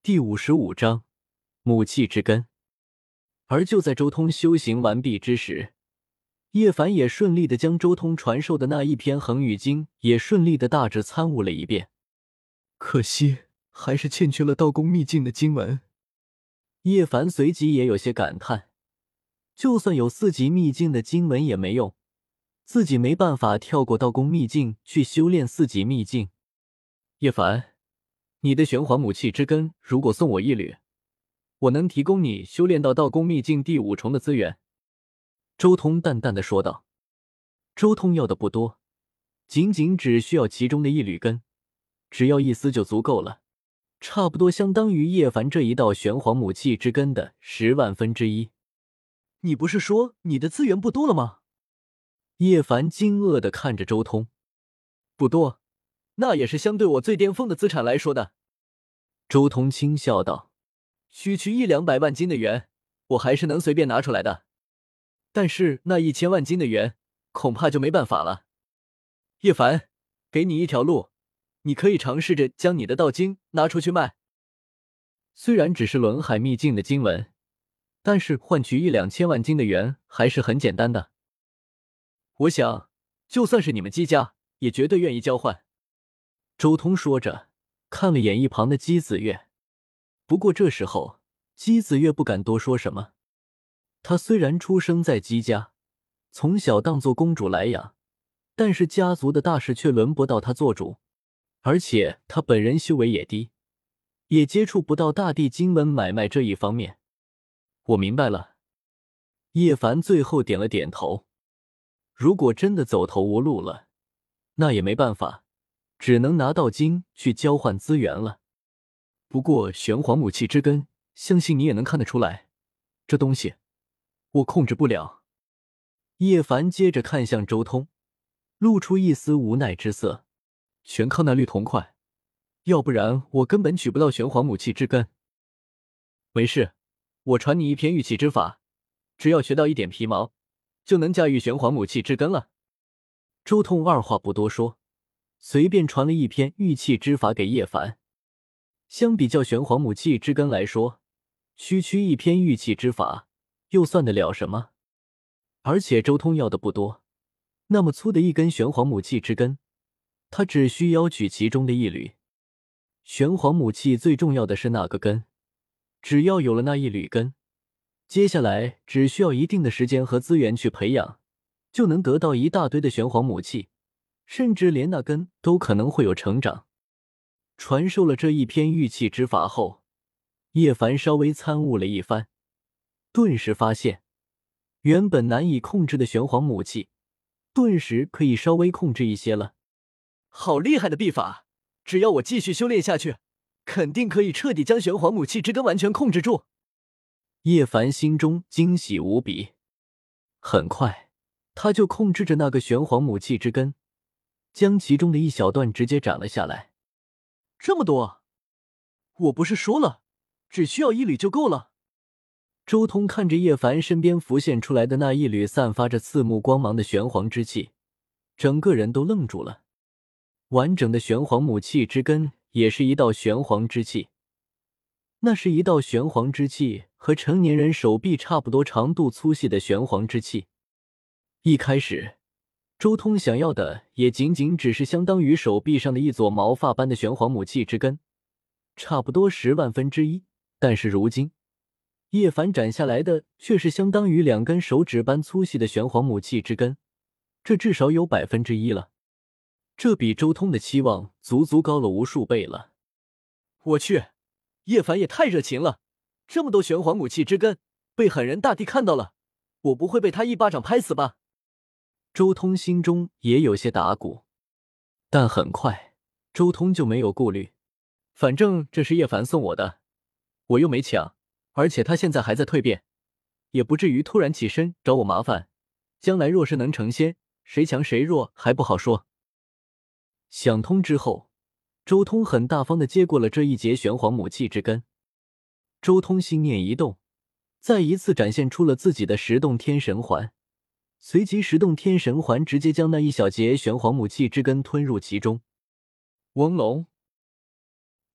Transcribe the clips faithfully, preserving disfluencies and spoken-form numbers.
第五十五章母气之根。而就在周通修行完毕之时，叶凡也顺利地将周通传授的那一篇恒宇经也顺利地大致参悟了一遍。 可惜还是欠缺了道宫秘境的经文。 叶凡随即也有些感叹，就算有四级秘境的经文也没用，自己没办法跳过道宫秘境去修炼四级秘境。叶凡，你的玄黄母气之根如果送我一缕，我能提供你修炼到道宫秘境第五重的资源。周通淡淡的说道。周通要的不多，仅仅只需要其中的一缕根，只要一丝就足够了，差不多相当于叶凡这一道玄黄母气之根的十万分之一。 你不是说你的资源不多了吗？ 叶凡惊愕地看着周通。不多，那也是相对我最巅峰的资产来说的。周通轻笑道，区区一两百万金的元，我还是能随便拿出来的。但是那一千万金的元，恐怕就没办法了。叶凡，给你一条路，你可以尝试着将你的道经拿出去卖。虽然只是轮海秘境的经文，但是换取一两千万金的元还是很简单的。我想，就算是你们姬家，也绝对愿意交换。周通说着，看了眼一旁的姬子月。不过这时候，姬子月不敢多说什么。她虽然出生在姬家，从小当做公主来养，但是家族的大事却轮不到她做主，而且她本人修为也低，也接触不到大地经文买卖这一方面。我明白了。叶凡最后点了点头。如果真的走投无路了，那也没办法，只能拿道经去交换资源了。不过玄黄母气之根，相信你也能看得出来，这东西我控制不了。叶凡接着看向周通，露出一丝无奈之色，全靠那绿铜块，要不然我根本取不到玄黄母气之根。没事，我传你一篇御气之法，只要学到一点皮毛，就能驾驭玄黄母气之根了。周通二话不多说，随便传了一篇御气之法给叶凡。相比较玄黄母气之根来说，区区一篇御气之法又算得了什么？而且周通要的不多，那么粗的一根玄黄母气之根，他只需要取其中的一缕。玄黄母气最重要的是那个根，只要有了那一缕根，接下来只需要一定的时间和资源去培养，就能得到一大堆的玄黄母气，甚至连那根都可能会有成长。传授了这一篇御气之法后，叶凡稍微参悟了一番，顿时发现原本难以控制的玄黄母气，顿时可以稍微控制一些了。好厉害的秘法，只要我继续修炼下去，肯定可以彻底将玄黄母气之根完全控制住。叶凡心中惊喜无比。很快，他就控制着那个玄黄母气之根，将其中的一小段直接斩了下来。这么多？我不是说了，只需要一缕就够了。周通看着叶凡身边浮现出来的那一缕散发着刺目光芒的玄黄之气，整个人都愣住了。完整的玄黄母气之根也是一道玄黄之气，那是一道玄黄之气，和成年人手臂差不多长度粗细的玄黄之气。一开始周通想要的也仅仅只是相当于手臂上的一撮毛发般的玄黄母气之根，差不多十万分之一，但是如今叶凡斩下来的却是相当于两根手指般粗细的玄黄母气之根，这至少有百分之一了。这比周通的期望足足高了无数倍了。我去，叶凡也太热情了，这么多玄黄母气之根，被狠人大帝看到了，我不会被他一巴掌拍死吧？周通心中也有些打鼓，但很快周通就没有顾虑，反正这是叶凡送我的，我又没抢，而且他现在还在蜕变，也不至于突然起身找我麻烦，将来若是能成仙，谁强谁弱还不好说。想通之后，周通很大方地接过了这一节玄黄母气之根。周通心念一动，再一次展现出了自己的十洞天神环，随即十洞天神环直接将那一小节玄黄母气之根吞入其中。嗡龙，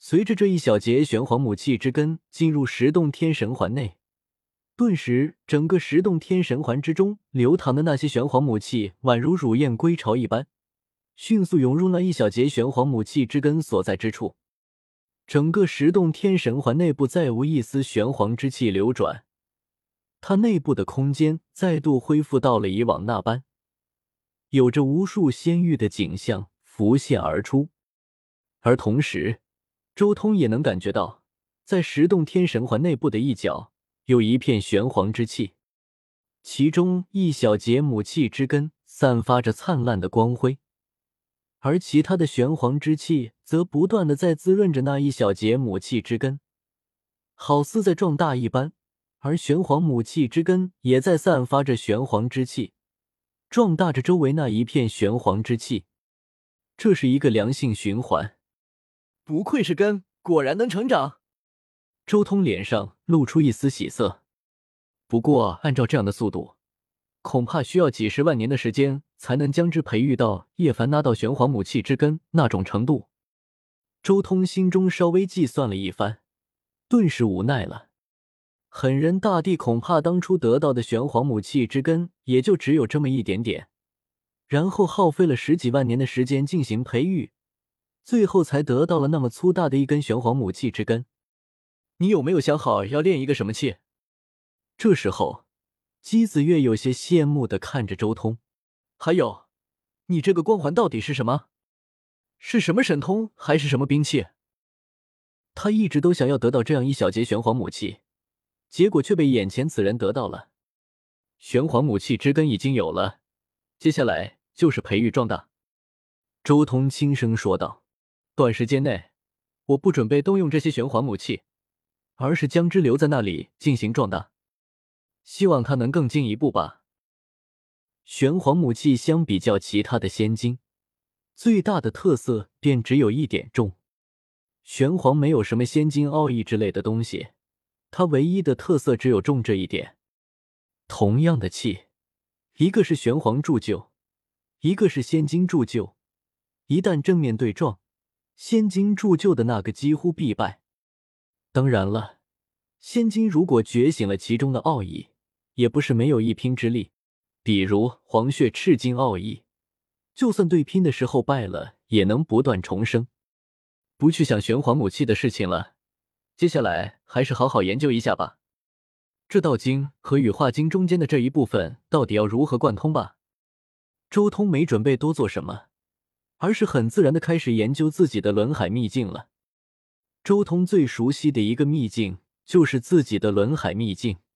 随着这一小节玄黄母气之根进入十洞天神环内，顿时整个十洞天神环之中流淌的那些玄黄母气宛如乳燕归巢一般，迅速涌入那一小节玄黄母气之根所在之处。整个十洞天神环内部再无一丝玄黄之气流转，它内部的空间再度恢复到了以往那般，有着无数仙域的景象浮现而出。而同时，周通也能感觉到，在十洞天神环内部的一角有一片玄黄之气，其中一小节母气之根散发着灿烂的光辉，而其他的玄黄之气则不断的在滋润着那一小节母气之根，好似在壮大一般，而玄黄母气之根也在散发着玄黄之气，壮大着周围那一片玄黄之气。这是一个良性循环。不愧是根，果然能成长。周通脸上露出一丝喜色。不过按照这样的速度，恐怕需要几十万年的时间才能将之培育到叶凡拿到玄黄母气之根那种程度。周通心中稍微计算了一番，顿时无奈了。狠人大帝恐怕当初得到的玄黄母气之根也就只有这么一点点，然后耗费了十几万年的时间进行培育，最后才得到了那么粗大的一根玄黄母气之根。你有没有想好要练一个什么气？这时候，姬子月有些羡慕地看着周通。还有，你这个光环到底是什么？是什么神通还是什么兵器？他一直都想要得到这样一小节玄黄母气，结果却被眼前此人得到了。玄黄母气之根已经有了，接下来就是培育壮大。周通轻声说道。短时间内，我不准备动用这些玄黄母气，而是将之留在那里进行壮大，希望它能更进一步吧。玄黄母气相比较其他的仙晶，最大的特色便只有一点重。玄黄没有什么仙晶奥义之类的东西，它唯一的特色只有重这一点。同样的气，一个是玄黄铸就，一个是仙晶铸就，一旦正面对撞，仙晶铸就的那个几乎必败。当然了，仙晶如果觉醒了其中的奥义，也不是没有一拼之力，比如黄血赤金奥义，就算对拼的时候败了，也能不断重生。不去想玄黄母气的事情了，接下来还是好好研究一下吧。这道经和羽化经中间的这一部分到底要如何贯通吧？周通没准备多做什么，而是很自然地开始研究自己的轮海秘境了。周通最熟悉的一个秘境就是自己的轮海秘境。